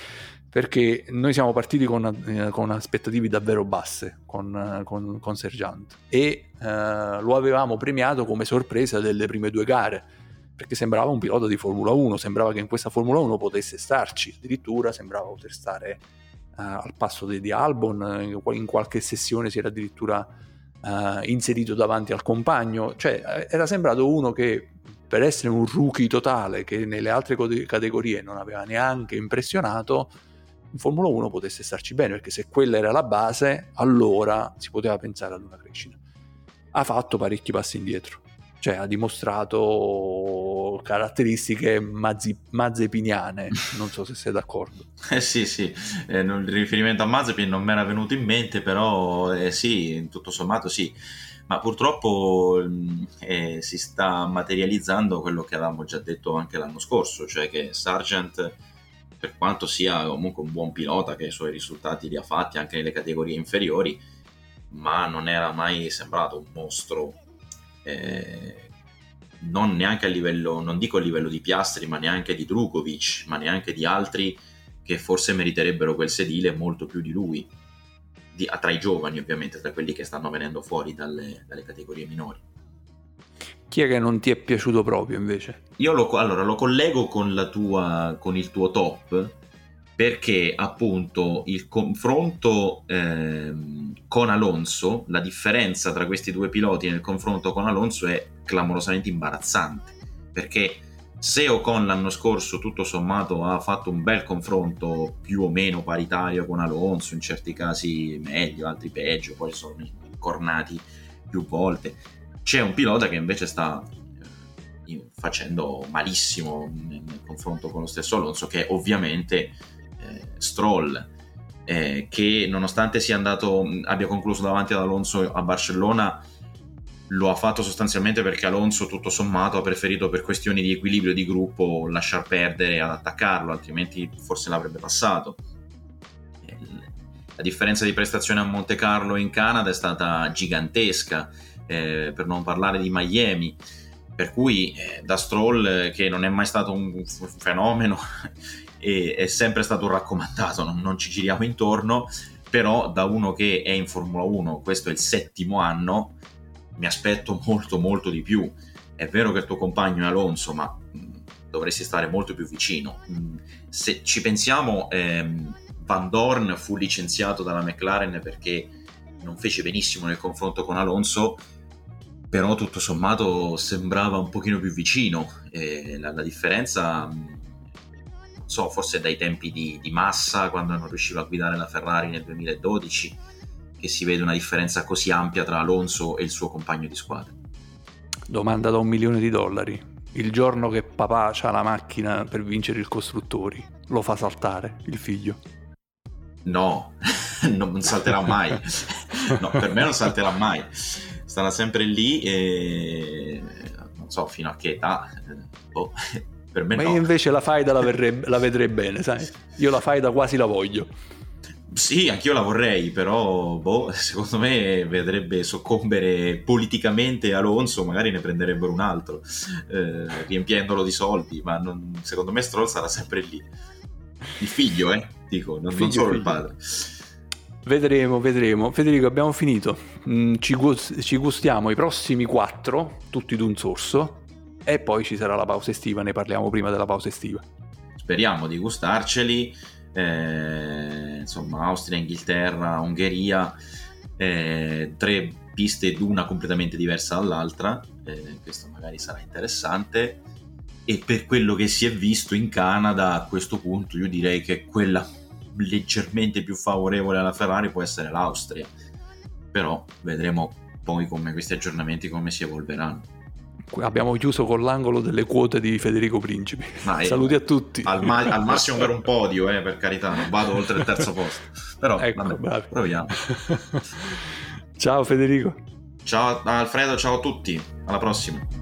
perché noi siamo partiti con, uh, con aspettative davvero basse con, uh, con, con Sergeant e uh, lo avevamo premiato come sorpresa delle prime due gare, perché sembrava un pilota di Formula uno, sembrava che in questa Formula uno potesse starci, addirittura sembrava poter stare uh, al passo di, di Albon, in qualche sessione si era addirittura Uh, inserito davanti al compagno, cioè era sembrato uno che per essere un rookie totale che nelle altre categorie non aveva neanche impressionato, in Formula uno potesse starci bene, perché se quella era la base allora si poteva pensare ad una crescita. Ha fatto parecchi passi indietro, cioè ha dimostrato caratteristiche mazzi, mazepiniane, non so se sei d'accordo. Eh sì sì, eh, il riferimento a Mazepin non mi era venuto in mente, però eh, sì, tutto sommato sì, ma purtroppo eh, si sta materializzando quello che avevamo già detto anche l'anno scorso, cioè che Sargent, per quanto sia comunque un buon pilota che i suoi risultati li ha fatti anche nelle categorie inferiori, ma non era mai sembrato un mostro, eh, non neanche a livello, non dico a livello di Piastri, ma neanche di Drugovic, ma neanche di altri che forse meriterebbero quel sedile molto più di lui, di, tra i giovani ovviamente, tra quelli che stanno venendo fuori dalle, dalle categorie minori. Chi è che non ti è piaciuto proprio invece? Io lo, allora, lo collego con, la tua, con il tuo top, perché appunto il confronto ehm, con Alonso, la differenza tra questi due piloti nel confronto con Alonso è clamorosamente imbarazzante, perché se Ocon l'anno scorso tutto sommato ha fatto un bel confronto più o meno paritario con Alonso, in certi casi meglio, altri peggio, poi sono incornati più volte, c'è un pilota che invece sta eh, facendo malissimo nel, nel confronto con lo stesso Alonso, che è ovviamente Stroll, eh, che nonostante sia andato, abbia concluso davanti ad Alonso a Barcellona, lo ha fatto sostanzialmente perché Alonso tutto sommato ha preferito, per questioni di equilibrio di gruppo, lasciar perdere ad attaccarlo, altrimenti forse l'avrebbe passato. La differenza di prestazione a Monte Carlo e in Canada è stata gigantesca, eh, per non parlare di Miami, per cui eh, da Stroll, che non è mai stato un fenomeno e è sempre stato raccomandato, non, non ci giriamo intorno, però da uno che è in Formula uno, questo è il settimo anno, mi aspetto molto molto di più. È vero che il tuo compagno è Alonso, ma mh, dovresti stare molto più vicino. Mh, se ci pensiamo, ehm, Van Dorn fu licenziato dalla McLaren perché non fece benissimo nel confronto con Alonso, però tutto sommato sembrava un pochino più vicino, e la, la differenza mh, so, forse dai tempi di, di Massa, quando non riusciva a guidare la Ferrari nel duemiladodici, che si vede una differenza così ampia tra Alonso e il suo compagno di squadra. Domanda da un milione di dollari: il giorno che papà c'ha la macchina per vincere il costruttori, lo fa saltare il figlio? No, non salterà mai. No, per me non salterà mai. Starà sempre lì e non so fino a che età. Boh, per me Ma no. io invece la faida la, verrei, la vedrei bene, sai? Io la faida quasi la voglio. Sì, anch'io la vorrei, però boh, secondo me vedrebbe soccombere politicamente Alonso, magari ne prenderebbero un altro, eh, riempiendolo di soldi, ma non, secondo me Stroll sarà sempre lì. Il figlio, eh, dico, non, figlio, non solo figlio. Il padre. Vedremo, vedremo. Federico, abbiamo finito. Mm, ci, gust- ci gustiamo i prossimi quattro, tutti d'un sorso, e poi ci sarà la pausa estiva, ne parliamo prima della pausa estiva. Speriamo di gustarceli. Eh, insomma, Austria, Inghilterra, Ungheria, eh, tre piste ed una completamente diversa dall'altra, eh, questo magari sarà interessante. E per quello che si è visto in Canada, a questo punto io direi che quella leggermente più favorevole alla Ferrari può essere l'Austria, però vedremo poi come questi aggiornamenti come si evolveranno. Abbiamo chiuso con l'angolo delle quote di Federico Principi. Ma saluti a tutti. Al, ma- al massimo per un podio, eh, per carità, non vado oltre il terzo posto. Però ecco, vabbè, bravi. Proviamo. Ciao Federico. Ciao Alfredo, ciao a tutti. Alla prossima.